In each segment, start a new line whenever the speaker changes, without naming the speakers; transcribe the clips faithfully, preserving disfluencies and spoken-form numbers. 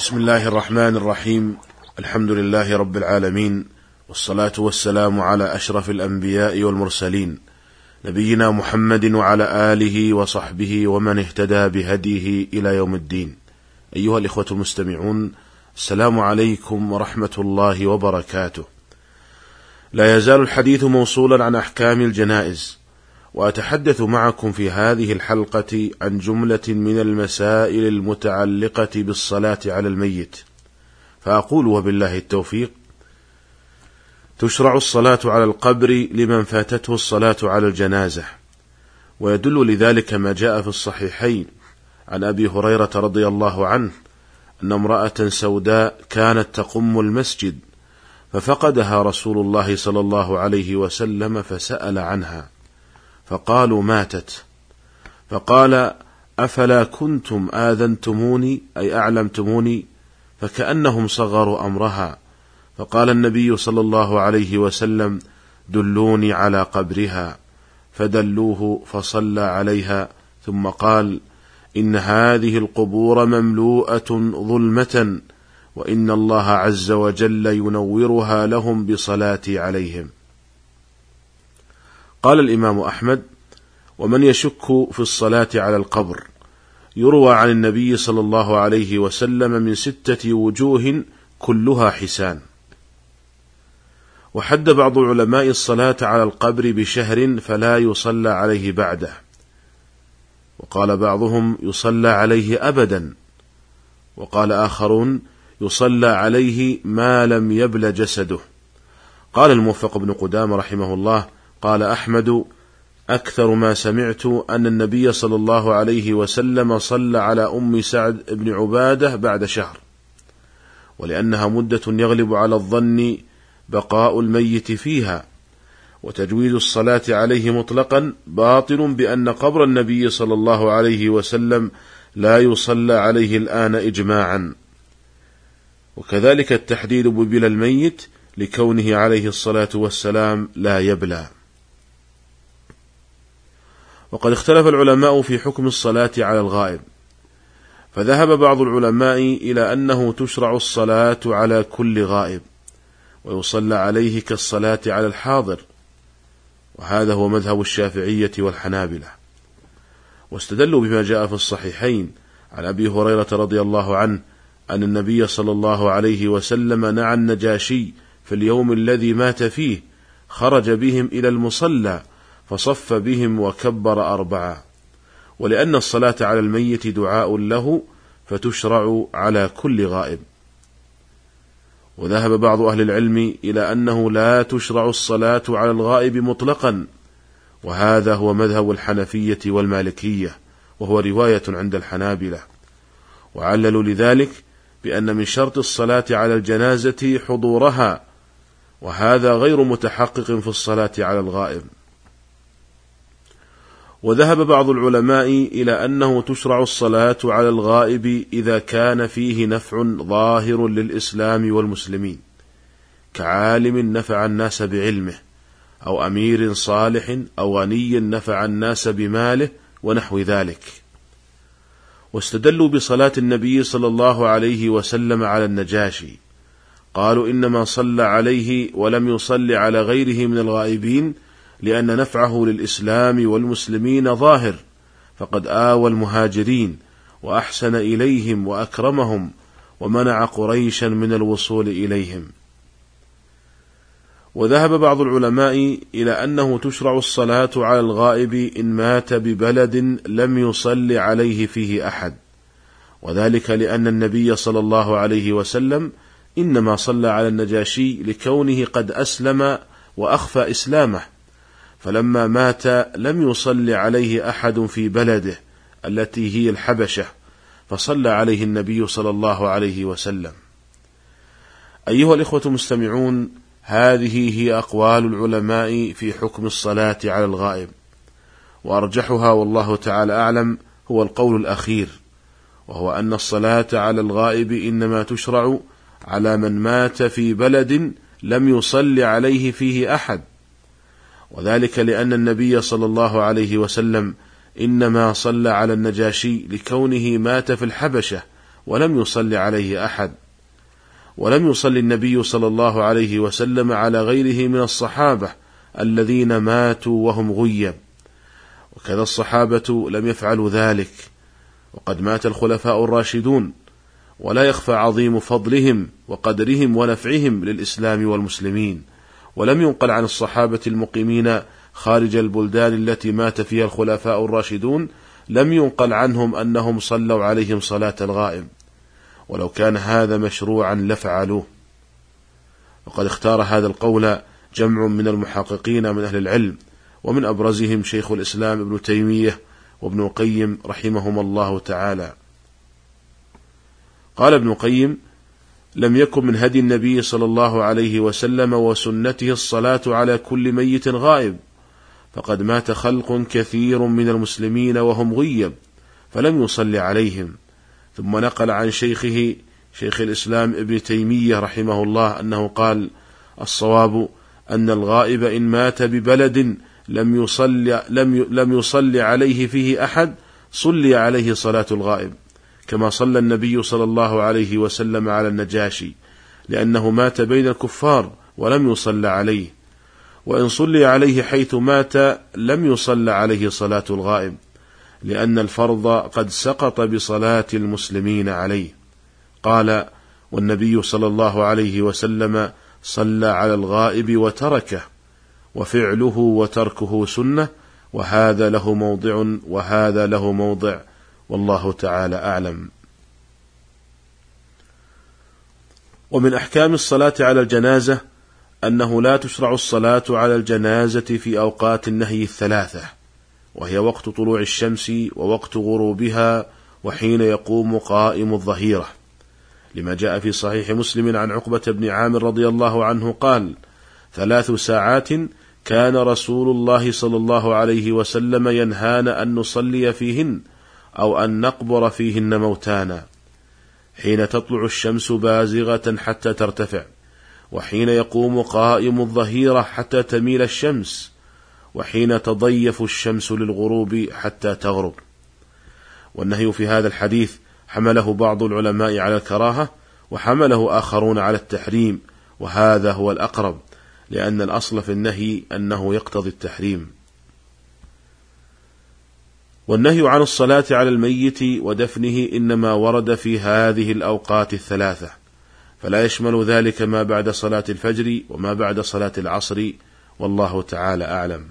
بسم الله الرحمن الرحيم. الحمد لله رب العالمين، والصلاة والسلام على أشرف الأنبياء والمرسلين، نبينا محمد وعلى آله وصحبه ومن اهتدى بهديه إلى يوم الدين. أيها الإخوة المستمعون، السلام عليكم ورحمة الله وبركاته. لا يزال الحديث موصولا عن أحكام الجنائز، وأتحدث معكم في هذه الحلقة عن جملة من المسائل المتعلقة بالصلاة على الميت، فأقول وبالله التوفيق: تشرع الصلاة على القبر لمن فاتته الصلاة على الجنازة، ويدل لذلك ما جاء في الصحيحين عن أبي هريرة رضي الله عنه أن امرأة سوداء كانت تقم المسجد ففقدها رسول الله صلى الله عليه وسلم فسأل عنها فقالوا ماتت، فقال: أفلا كنتم آذنتموني أي أعلمتموني؟ فكأنهم صغروا أمرها، فقال النبي صلى الله عليه وسلم: دلوني على قبرها، فدلوه فصلى عليها، ثم قال: إن هذه القبور مملوءة ظلمة، وإن الله عز وجل ينورها لهم بصلاتي عليهم. قال الإمام أحمد: ومن يشك في الصلاة على القبر يروى عن النبي صلى الله عليه وسلم من ستة وجوه كلها حسان. وحد بعض علماء الصلاة على القبر بشهر فلا يصلى عليه بعده، وقال بعضهم يصلى عليه أبدا، وقال آخرون يصلى عليه ما لم يبل جسده. قال الموفق بن قدامة رحمه الله: قال أحمد: أكثر ما سمعت أن النبي صلى الله عليه وسلم صلى على أم سعد بن عبادة بعد شهر، ولأنها مدة يغلب على الظن بقاء الميت فيها، وتجويز الصلاة عليه مطلقا باطل بأن قبر النبي صلى الله عليه وسلم لا يصلى عليه الآن إجماعا، وكذلك التحديد ببلى الميت لكونه عليه الصلاة والسلام لا يبلى. وقد اختلف العلماء في حكم الصلاة على الغائب، فذهب بعض العلماء إلى أنه تشرع الصلاة على كل غائب ويصلى عليه كالصلاة على الحاضر، وهذا هو مذهب الشافعية والحنابلة، واستدلوا بما جاء في الصحيحين عن أبي هريرة رضي الله عنه أن النبي صلى الله عليه وسلم نعى النجاشي في اليوم الذي مات فيه، خرج بهم إلى المصلى فصف بهم وكبر أربعة، ولأن الصلاة على الميت دعاء له فتشرع على كل غائب. وذهب بعض أهل العلم إلى أنه لا تشرع الصلاة على الغائب مطلقا، وهذا هو مذهب الحنفية والمالكية، وهو رواية عند الحنابلة، وعللوا لذلك بأن من شرط الصلاة على الجنازة حضورها، وهذا غير متحقق في الصلاة على الغائب. وذهب بعض العلماء إلى أنه تشرع الصلاة على الغائب إذا كان فيه نفع ظاهر للإسلام والمسلمين، كعالم نفع الناس بعلمه، أو أمير صالح، أو غني نفع الناس بماله، ونحو ذلك. واستدلوا بصلاة النبي صلى الله عليه وسلم على النجاشي، قالوا إنما صلى عليه ولم يصل على غيره من الغائبين لأن نفعه للإسلام والمسلمين ظاهر، فقد آوى المهاجرين وأحسن إليهم وأكرمهم، ومنع قريشا من الوصول إليهم. وذهب بعض العلماء إلى أنه تشرع الصلاة على الغائب إن مات ببلد لم يصل عليه فيه أحد، وذلك لأن النبي صلى الله عليه وسلم إنما صلى على النجاشي لكونه قد أسلم وأخفى إسلامه، فلما مات لم يصل عليه أحد في بلده التي هي الحبشة، فصلى عليه النبي صلى الله عليه وسلم. أيها الإخوة المستمعون، هذه هي أقوال العلماء في حكم الصلاة على الغائب، وأرجحها والله تعالى أعلم هو القول الأخير، وهو أن الصلاة على الغائب إنما تشرع على من مات في بلد لم يصل عليه فيه أحد، وذلك لأن النبي صلى الله عليه وسلم إنما صلى على النجاشي لكونه مات في الحبشة ولم يصل عليه أحد. ولم يصلي النبي صلى الله عليه وسلم على غيره من الصحابة الذين ماتوا وهم غيب، وكذا الصحابة لم يفعلوا ذلك، وقد مات الخلفاء الراشدون، ولا يخفى عظيم فضلهم وقدرهم ونفعهم للإسلام والمسلمين. ولم ينقل عن الصحابة المقيمين خارج البلدان التي مات فيها الخلفاء الراشدون، لم ينقل عنهم أنهم صلوا عليهم صلاة الغائب، ولو كان هذا مشروعا لفعلوه. وقد اختار هذا القول جمع من المحققين من أهل العلم، ومن أبرزهم شيخ الإسلام ابن تيمية وابن القيم رحمهم الله تعالى. قال ابن القيم: لم يكن من هدي النبي صلى الله عليه وسلم وسنته الصلاة على كل ميت غائب، فقد مات خلق كثير من المسلمين وهم غيب فلم يصلي عليهم. ثم نقل عن شيخه شيخ الإسلام ابن تيمية رحمه الله أنه قال: الصواب أن الغائب إن مات ببلد لم يصلي, لم لم يصلي عليه فيه أحد صلي عليه صلاة الغائب، كما صلى النبي صلى الله عليه وسلم على النجاشي، لأنه مات بين الكفار ولم يصلى عليه. وإن صلي عليه حيث مات لم يصلى عليه صلاة الغائب، لأن الفرض قد سقط بصلاة المسلمين عليه. قال: والنبي صلى الله عليه وسلم صلى على الغائب وتركه، وفعله وتركه سنة، وهذا له موضع وهذا له موضع، والله تعالى أعلم. ومن أحكام الصلاة على الجنازة أنه لا تشرع الصلاة على الجنازة في أوقات النهي الثلاثة، وهي وقت طلوع الشمس ووقت غروبها وحين يقوم قائم الظهيرة، لما جاء في صحيح مسلم عن عقبة بن عامر رضي الله عنه قال: ثلاث ساعات كان رسول الله صلى الله عليه وسلم ينهانا أن نصلي فيهن أو أن نقبر فيهن موتانا: حين تطلع الشمس بازغة حتى ترتفع، وحين يقوم قائم الظهيرة حتى تميل الشمس، وحين تضيف الشمس للغروب حتى تغرب. والنهي في هذا الحديث حمله بعض العلماء على الكراهة، وحمله آخرون على التحريم، وهذا هو الأقرب، لأن الأصل في النهي أنه يقتضي التحريم. والنهي عن الصلاة على الميت ودفنه إنما ورد في هذه الأوقات الثلاثة، فلا يشمل ذلك ما بعد صلاة الفجر وما بعد صلاة العصر، والله تعالى أعلم.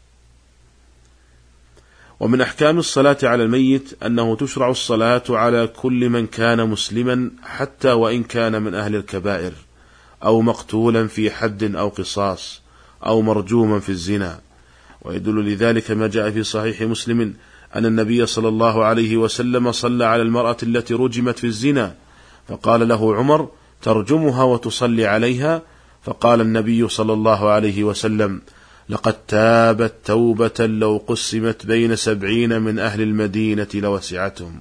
ومن أحكام الصلاة على الميت أنه تشرع الصلاة على كل من كان مسلما، حتى وإن كان من أهل الكبائر، أو مقتولا في حد أو قصاص، أو مرجوما في الزنا. ويدل لذلك ما جاء في صحيح مسلم أن النبي صلى الله عليه وسلم صلى على المرأة التي رجمت في الزنا، فقال له عمر: ترجمها وتصلي عليها؟ فقال النبي صلى الله عليه وسلم: لقد تابت توبة لو قسمت بين سبعين من أهل المدينة لوسعتهم.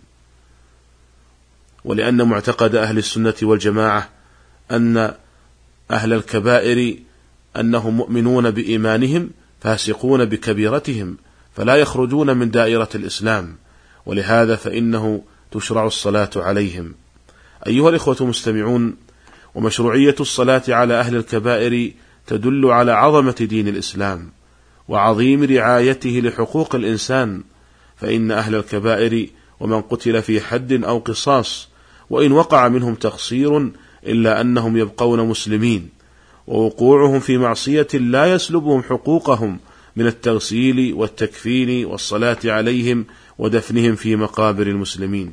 ولأن معتقد أهل السنة والجماعة أن أهل الكبائر أنهم مؤمنون بإيمانهم فاسقون بكبيرتهم، فلا يخرجون من دائرة الإسلام، ولهذا فإنه تشرع الصلاة عليهم. أيها الإخوة المستمعون، ومشروعية الصلاة على أهل الكبائر تدل على عظمة دين الإسلام وعظيم رعايته لحقوق الإنسان، فإن أهل الكبائر ومن قتل في حد أو قصاص وإن وقع منهم تقصير إلا أنهم يبقون مسلمين، ووقوعهم في معصية لا يسلبهم حقوقهم من التغسيل والتكفين والصلاة عليهم ودفنهم في مقابر المسلمين.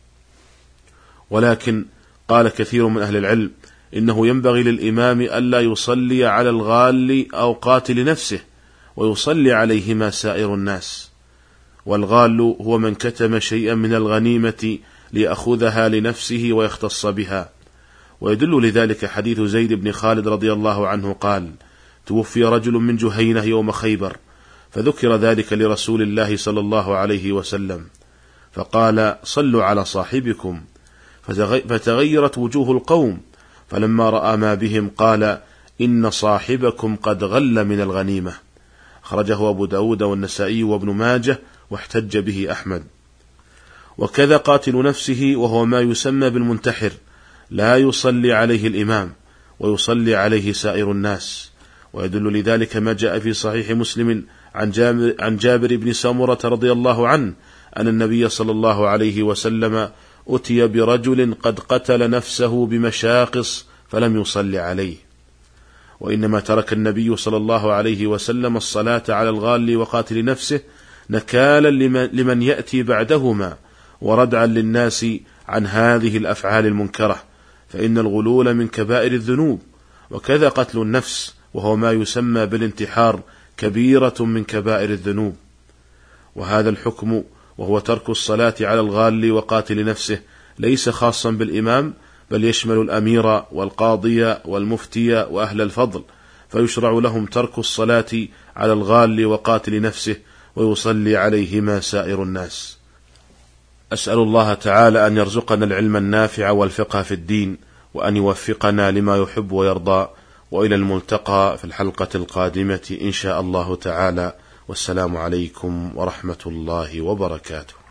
ولكن قال كثير من أهل العلم إنه ينبغي للإمام ألا يصلي على الغال أو قاتل نفسه، ويصلي عليهما سائر الناس. والغال هو من كتم شيئا من الغنيمة ليأخذها لنفسه ويختص بها. ويدل لذلك حديث زيد بن خالد رضي الله عنه قال: توفي رجل من جهينة يوم خيبر، فذكر ذلك لرسول الله صلى الله عليه وسلم، فقال: صلوا على صاحبكم. فتغيرت وجوه القوم، فلما رأى ما بهم قال: إن صاحبكم قد غل من الغنيمة. أخرجه أبو داود والنسائي وابن ماجه، واحتج به أحمد. وكذا قاتل نفسه وهو ما يسمى بالمنتحر لا يصلي عليه الإمام ويصلي عليه سائر الناس. ويدل لذلك ما جاء في صحيح مسلم عن جابر, عن جابر بن سمرة رضي الله عنه أن النبي صلى الله عليه وسلم أتي برجل قد قتل نفسه بمشاقص فلم يصلي عليه، وإنما ترك النبي صلى الله عليه وسلم الصلاة على الغال وقاتل نفسه نكالا لمن يأتي بعدهما وردعا للناس عن هذه الأفعال المنكرة، فإن الغلول من كبائر الذنوب، وكذا قتل النفس وهو ما يسمى بالانتحار كبيرة من كبائر الذنوب. وهذا الحكم وهو ترك الصلاة على الغال وقاتل نفسه ليس خاصا بالإمام، بل يشمل الأمير والقاضي والمفتي وأهل الفضل، فيشرع لهم ترك الصلاة على الغال وقاتل نفسه ويصلي عليهما سائر الناس. أسأل الله تعالى أن يرزقنا العلم النافع والفقه في الدين، وأن يوفقنا لما يحب ويرضى، وإلى الملتقى في الحلقة القادمة إن شاء الله تعالى، والسلام عليكم ورحمة الله وبركاته.